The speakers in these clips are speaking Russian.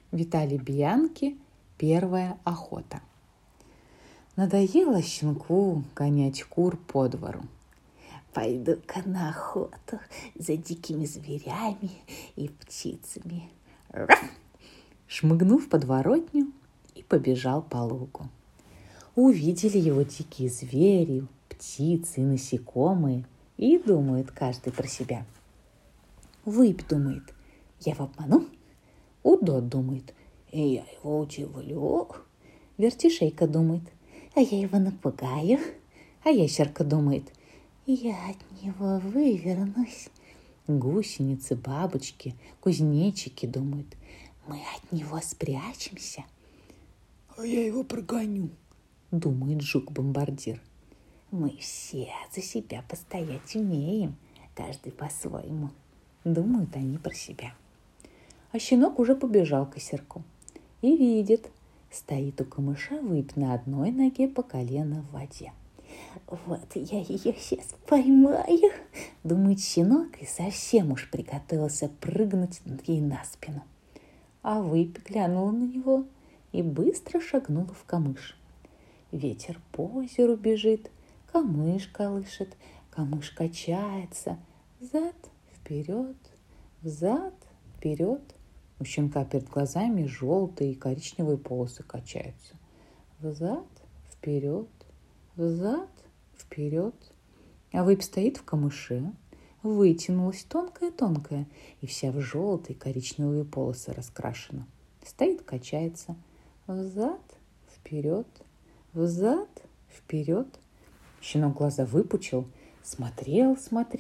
Виталий Бианки «Первая охота». Надоело щенку гонять кур по двору. Пойду-ка на охоту за дикими зверями и птицами. Раф! Шмыгнул в подворотню и побежал по лугу. Увидели его дикие звери, птицы и насекомые, и думает каждый про себя. Выпь, думает, я его обману. Удод думает, и я его удивлю. Вертишейка думает, а я его напугаю. А ящерка думает, я от него вывернусь. Гусеницы, бабочки, кузнечики думают, мы от него спрячемся. А я его прогоню, думает жук-бомбардир. Мы все за себя постоять умеем, каждый по-своему. Думают они про себя. А щенок уже побежал к озерку и видит, стоит у камыша выпь на одной ноге по колено в воде. Вот я ее сейчас поймаю, думает щенок и совсем уж приготовился прыгнуть ей на спину. А выпь глянула на него и быстро шагнула в камыш. Ветер по озеру бежит, камыш колышет, камыш качается, взад, вперед, взад, вперед. У щенка перед глазами желтые и коричневые полосы качаются. Взад, вперед, взад, вперед. А выпь стоит в камыше, вытянулась тонкая-тонкая, и вся в желтые коричневые полосы раскрашена. Стоит, качается. Взад, вперед, взад, вперед. Щенок глаза выпучил, смотрел.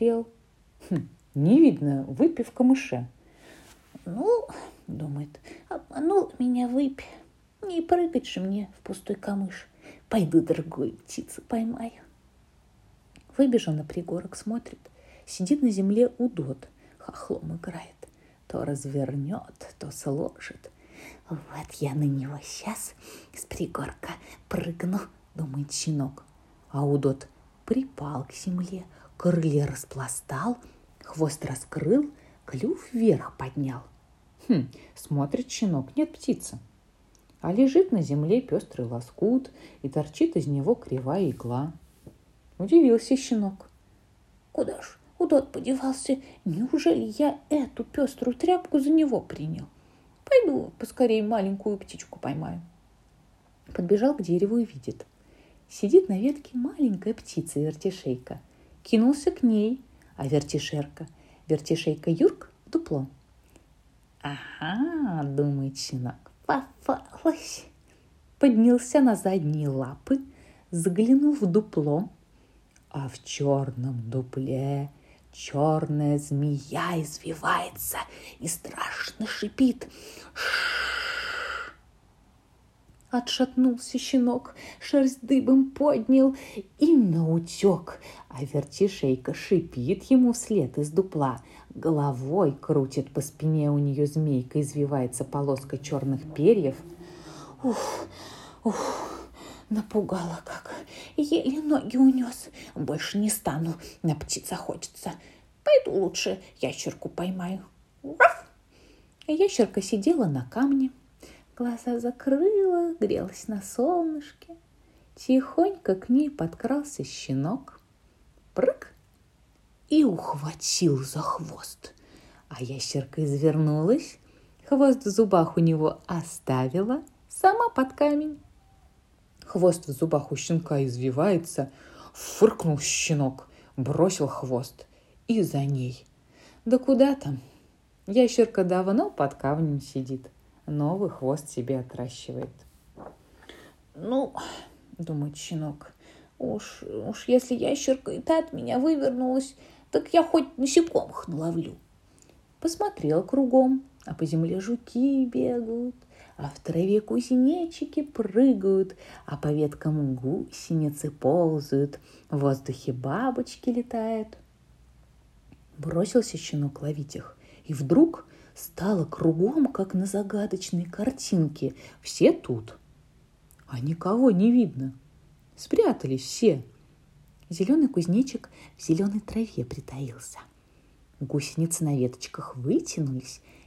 Не видно выпь в камыше. Ну, думает, обманул меня выпь. Не прыгать же мне в пустой камыш. Пойду другую птицу поймаю. Выбежал на пригорок, смотрит. Сидит на земле удод, хохлом играет. То развернет, то сложит. Вот я на него сейчас с пригорка прыгну, думает щенок. А удод припал к земле, крылья распластал, хвост раскрыл, клюв вверх поднял. Смотрит щенок, нет птицы. А лежит на земле пестрый лоскут, и торчит из него кривая игла. Удивился щенок. Куда ж удод подевался? Неужели я эту пеструю тряпку за него принял? Пойду поскорее маленькую птичку поймаю. Подбежал к дереву и видит. Сидит на ветке маленькая птица-вертишейка. Кинулся к ней, а вертишейка Юрк в дупло. Ага, думает щенок, попалась. Поднялся на задние лапы, заглянул в дупло, а в черном дупле черная змея извивается и страшно шипит. Отшатнулся щенок, шерсть дыбом поднял и наутек, а вертишейка шипит ему вслед из дупла, головой крутит по спине, у нее змейка извивается полоска черных перьев. Напугала как, еле ноги унес. Больше не стану на птиц охотиться. Пойду лучше ящерку поймаю. Раф! Ящерка сидела на камне, глаза закрыла, грелась на солнышке. Тихонько к ней подкрался щенок. Прыг! И ухватил за хвост. А ящерка извернулась, хвост в зубах у него оставила, сама под камень. Хвост в зубах у щенка извивается, фыркнул щенок, бросил хвост и за ней. Да куда там? Ящерка давно под камнем сидит, новый хвост себе отращивает. Ну, думает щенок, уж если ящерка и та от меня вывернулась, так я хоть насекомых наловлю. Посмотрел кругом, а по земле жуки бегают, а в траве кузнечики прыгают, а по веткам гусеницы ползают, в воздухе бабочки летают. Бросился щенок ловить их, и вдруг стало кругом, как на загадочной картинке. Все тут, а никого не видно. Спрятались все. Зеленый кузнечик в зеленой траве притаился. Гусеницы на веточках вытянулись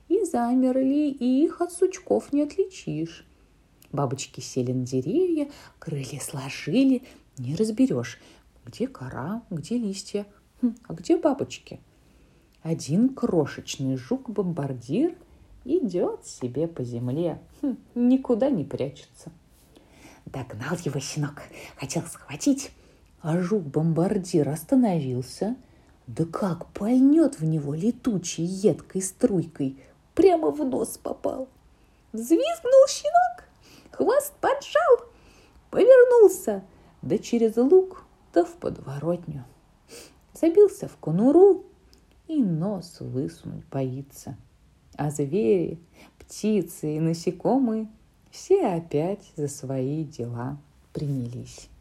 и замерли, и их от сучков не отличишь. Бабочки сели на деревья, крылья сложили, не разберешь, где кора, где листья, а где бабочки. Один крошечный жук-бомбардир идет себе по земле, никуда не прячется. Догнал его щенок, хотел схватить, а жук-бомбардир остановился, да как пальнет в него летучей едкой струйкой, прямо в нос попал. Взвизгнул щенок, хвост поджал, повернулся, да через луг, да в подворотню. Забился в конуру и нос высунуть боится. А звери, птицы и насекомые все опять за свои дела принялись.